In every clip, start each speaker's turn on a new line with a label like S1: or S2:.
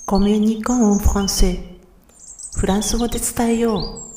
S1: コミュニコンフランセフランス語で伝えよう。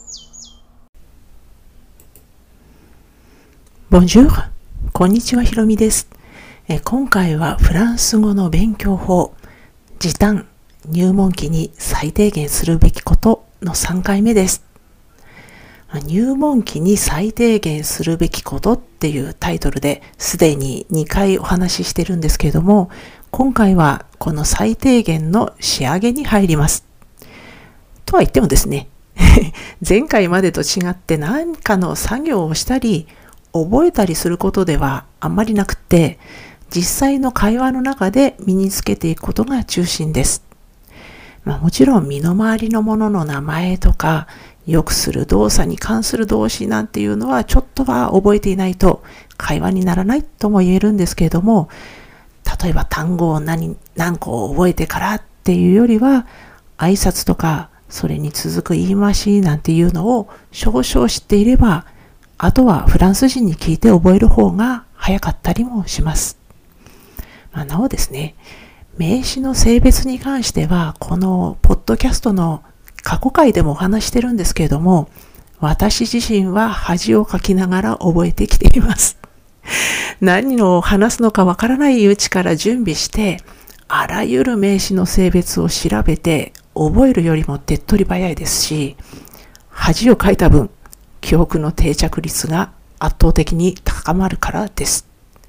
S1: ボンジュール、こんにちは、ひろみです。今回はフランス語の勉強法、時短、入門期に最低限するべきことの3回目です。入門期に最低限するべきことっていうタイトルですでに2回お話ししてるんですけれども、今回はこの最低限の仕上げに入ります。とは言ってもですね、前回までと違って何かの作業をしたり覚えたりすることではあんまりなくて、実際の会話の中で身につけていくことが中心です。もちろん身の回りのものの名前とかよくする動作に関する動詞なんていうのはちょっとは覚えていないと会話にならないとも言えるんですけれども、例えば単語を何個覚えてからっていうよりは、挨拶とかそれに続く言い回しなんていうのを少々知っていれば、あとはフランス人に聞いて覚える方が早かったりもします。なおですね、名詞の性別に関してはこのポッドキャストの過去回でもお話してるんですけれども、私自身は恥をかきながら覚えてきています。何を話すのかわからないうちから準備して、あらゆる名詞の性別を調べて覚えるよりも手っ取り早いですし、恥をかいた分、記憶の定着率が圧倒的に高まるからです。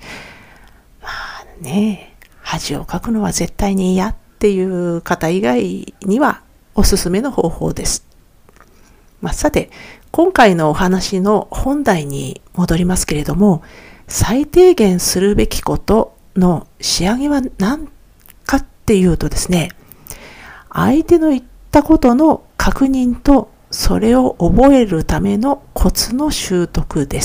S1: 恥をかくのは絶対に嫌っていう方以外にはおすすめの方法です。さて、今回のお話の本題に戻りますけれども、最低限するべきことの仕上げは何かっていうとですね、相手の言ったことの確認とそれを覚えるためのコツの習得です。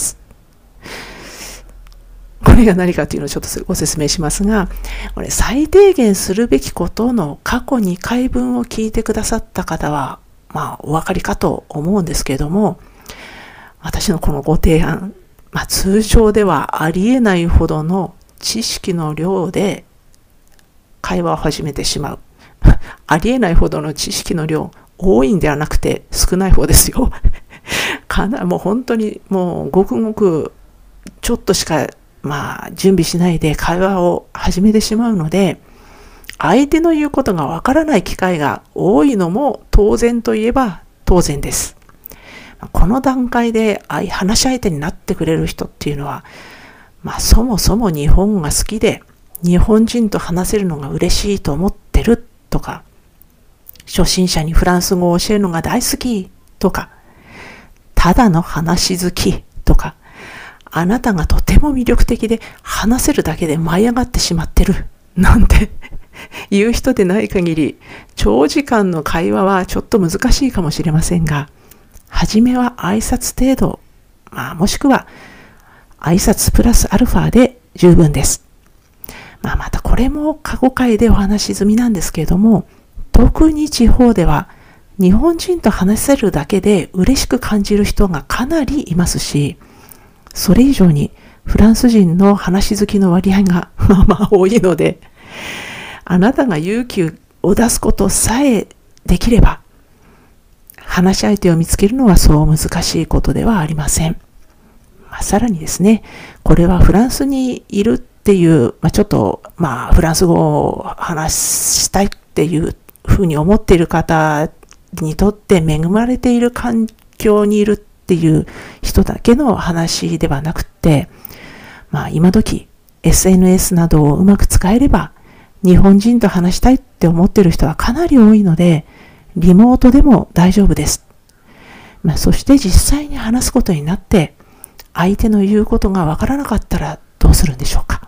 S1: これが何かというのをちょっとご説明しますが、これ最低限するべきことの過去2回分を聞いてくださった方は、お分かりかと思うんですけれども、私のこのご提案、通常ではありえないほどの知識の量で会話を始めてしまう。ありえないほどの知識の量、多いんではなくて少ない方ですよ。もう本当にもうごくごくちょっとしか準備しないで会話を始めてしまうので、相手の言うことがわからない機会が多いのも当然といえば当然です。この段階で話し相手になってくれる人っていうのは、そもそも日本が好きで日本人と話せるのが嬉しいと思ってるとか、初心者にフランス語を教えるのが大好きとか、ただの話好きとか、あなたがとても魅力的で話せるだけで舞い上がってしまってるなんて言う人でない限り、長時間の会話はちょっと難しいかもしれませんが、はじめは挨拶程度、もしくは挨拶プラスアルファで十分です。またこれも過去回でお話し済みなんですけれども、特に地方では日本人と話せるだけで嬉しく感じる人がかなりいますし、それ以上にフランス人の話好きの割合が多いので、あなたが勇気を出すことさえできれば、話し相手を見つけるのはそう難しいことではありません。さらにですね、これはフランスにいるっていう、ちょっとフランス語を話したいっていうふうに思っている方にとって恵まれている環境にいるっていう人だけの話ではなくて、今時 SNS などをうまく使えれば日本人と話したいって思っている人はかなり多いので、リモートでも大丈夫です。そして実際に話すことになって相手の言うことがわからなかったらどうするんでしょうか。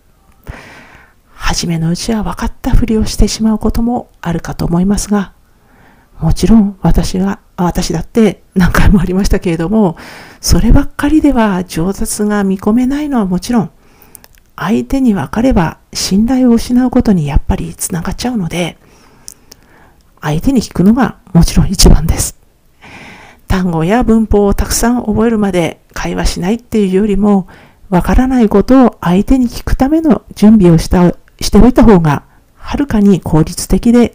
S1: 初めのうちは分かったふりをしてしまうこともあるかと思いますが、もちろん私だって何回もありましたけれども、そればっかりでは上達が見込めないのはもちろん、相手に分かれば信頼を失うことにやっぱりつながっちゃうので、相手に聞くのがもちろん一番です。単語や文法をたくさん覚えるまで会話しないっていうよりも、わからないことを相手に聞くための準備をしておいた方がはるかに効率的で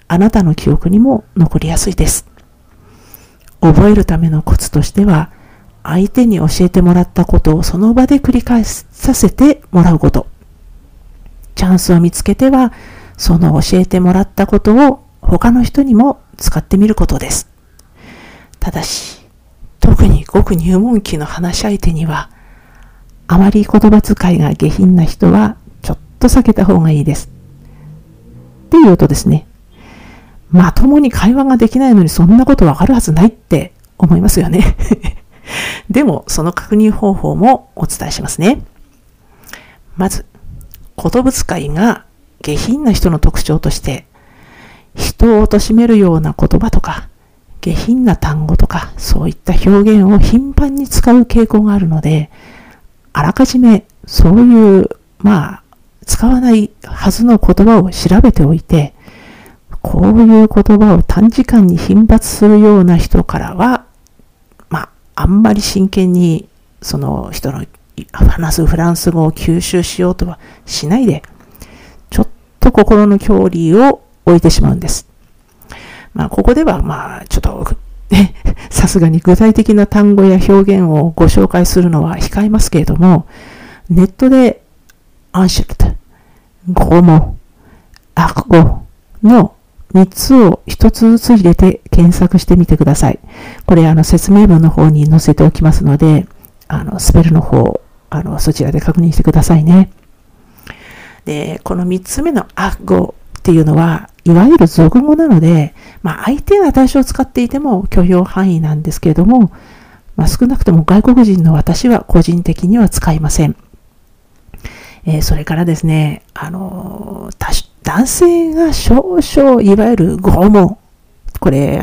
S1: あなたの記憶にも残りやすいです。覚えるためのコツとしては、相手に教えてもらったことをその場で繰り返させてもらうこと。チャンスを見つけては、その教えてもらったことを他の人にも使ってみることです。ただし、特にごく入門期の話し相手には、あまり言葉遣いが下品な人はちょっと避けた方がいいです。っていうとですね、まともに会話ができないのにそんなことわかるはずないって思いますよね。でも、その確認方法もお伝えしますね。まず、言葉遣いが下品な人の特徴として、人を貶めるような言葉とか、下品な単語とか、そういった表現を頻繁に使う傾向があるので、あらかじめそういう、使わないはずの言葉を調べておいて、こういう言葉を短時間に頻発するような人からは、あんまり真剣にその人の話すフランス語を吸収しようとはしないで、ちょっと心の距離を置いてしまうんです。ここではちょっとさすがに具体的な単語や表現をご紹介するのは控えますけれども、ネットでアンシェルト、ゴモ、アクゴの3つを1つずつ入れて検索してみてください。これ説明文の方に載せておきますので、スペルの方、そちらで確認してくださいね。で、この3つ目のアクゴっていうのは、いわゆる俗語なので、相手が多少使っていても許容範囲なんですけれども、少なくとも外国人の私は個人的には使いません。それからですね、男性が少々、いわゆる拷問。これ、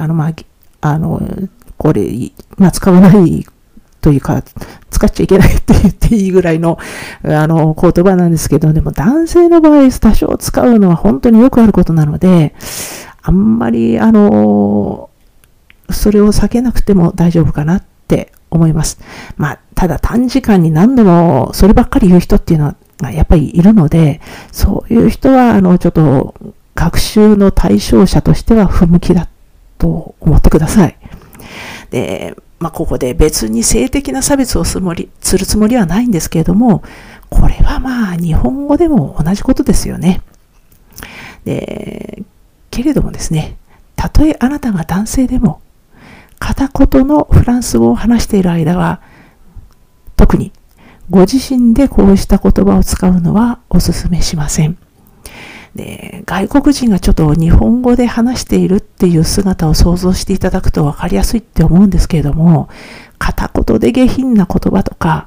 S1: 使わないというか、使っちゃいけないって言っていいぐらいの、言葉なんですけど、でも男性の場合、多少使うのは本当によくあることなので、あんまり、それを避けなくても大丈夫かなって思います。ただ短時間に何度もそればっかり言う人っていうのは、やっぱりいるので、そういう人は、ちょっと、学習の対象者としては不向きだと思ってください。で、ここで別に性的な差別をするつもりはないんですけれども、これは日本語でも同じことですよね。で、けれどもですね、たとえあなたが男性でも、片言のフランス語を話している間は、特にご自身でこうした言葉を使うのはお勧めしません。で、外国人がちょっと日本語で話しているっていう姿を想像していただくと分かりやすいって思うんですけれども、片言で下品な言葉とか、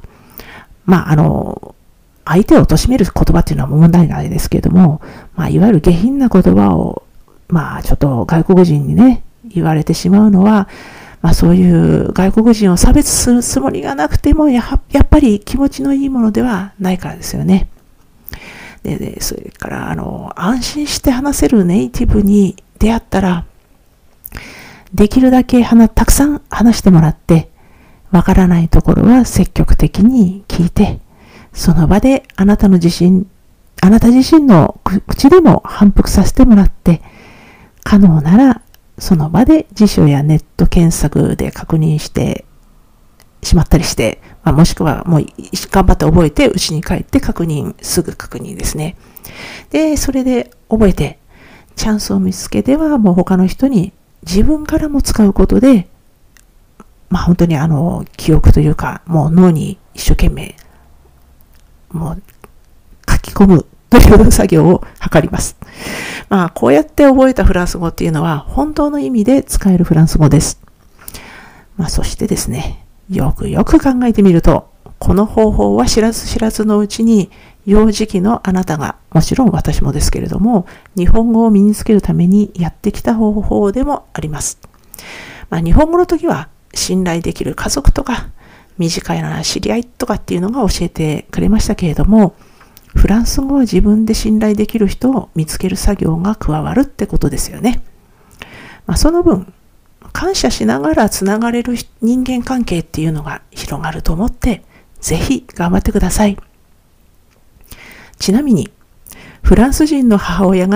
S1: 相手を貶める言葉っていうのは問題ないですけれども、いわゆる下品な言葉を、ちょっと外国人にね、言われてしまうのは、そういう外国人を差別するつもりがなくてもやっぱり気持ちのいいものではないからですよね。で、それから安心して話せるネイティブに出会ったら、できるだけたくさん話してもらって、わからないところは積極的に聞いて、その場であなた自身の口でも反復させてもらって、可能ならその場で辞書やネット検索で確認してしまったりして、もしくはもう頑張って覚えて家に帰ってすぐ確認ですね。で、それで覚えて、チャンスを見つけてはもう他の人に自分からも使うことで、本当に記憶というか、もう脳に一生懸命、もう書き込むという作業を図ります。こうやって覚えたフランス語っていうのは本当の意味で使えるフランス語です。そしてですね、よくよく考えてみると、この方法は知らず知らずのうちに、幼児期のあなたが、もちろん私もですけれども、日本語を身につけるためにやってきた方法でもあります。日本語の時は信頼できる家族とか、短いな知り合いとかっていうのが教えてくれましたけれども、フランス語は自分で信頼できる人を見つける作業が加わるってことですよね。その分、感謝しながらつながれる人間関係っていうのが広がると思って、ぜひ頑張ってください。ちなみに、フランス人の母親が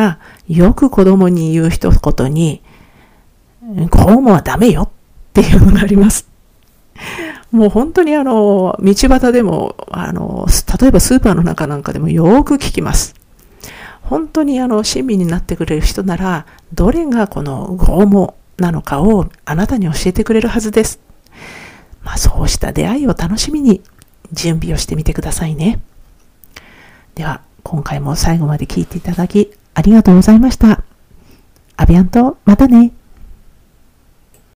S1: よく子供に言う一言に、拷問はダメよっていうのがあります。もう本当に道端でも、例えばスーパーの中なんかでもよく聞きます。本当に親身になってくれる人なら、どれがこの拷問なのかをあなたに教えてくれるはずです。そうした出会いを楽しみに準備をしてみてくださいね。では、今回も最後まで聞いていただきありがとうございました。アビアント、またね。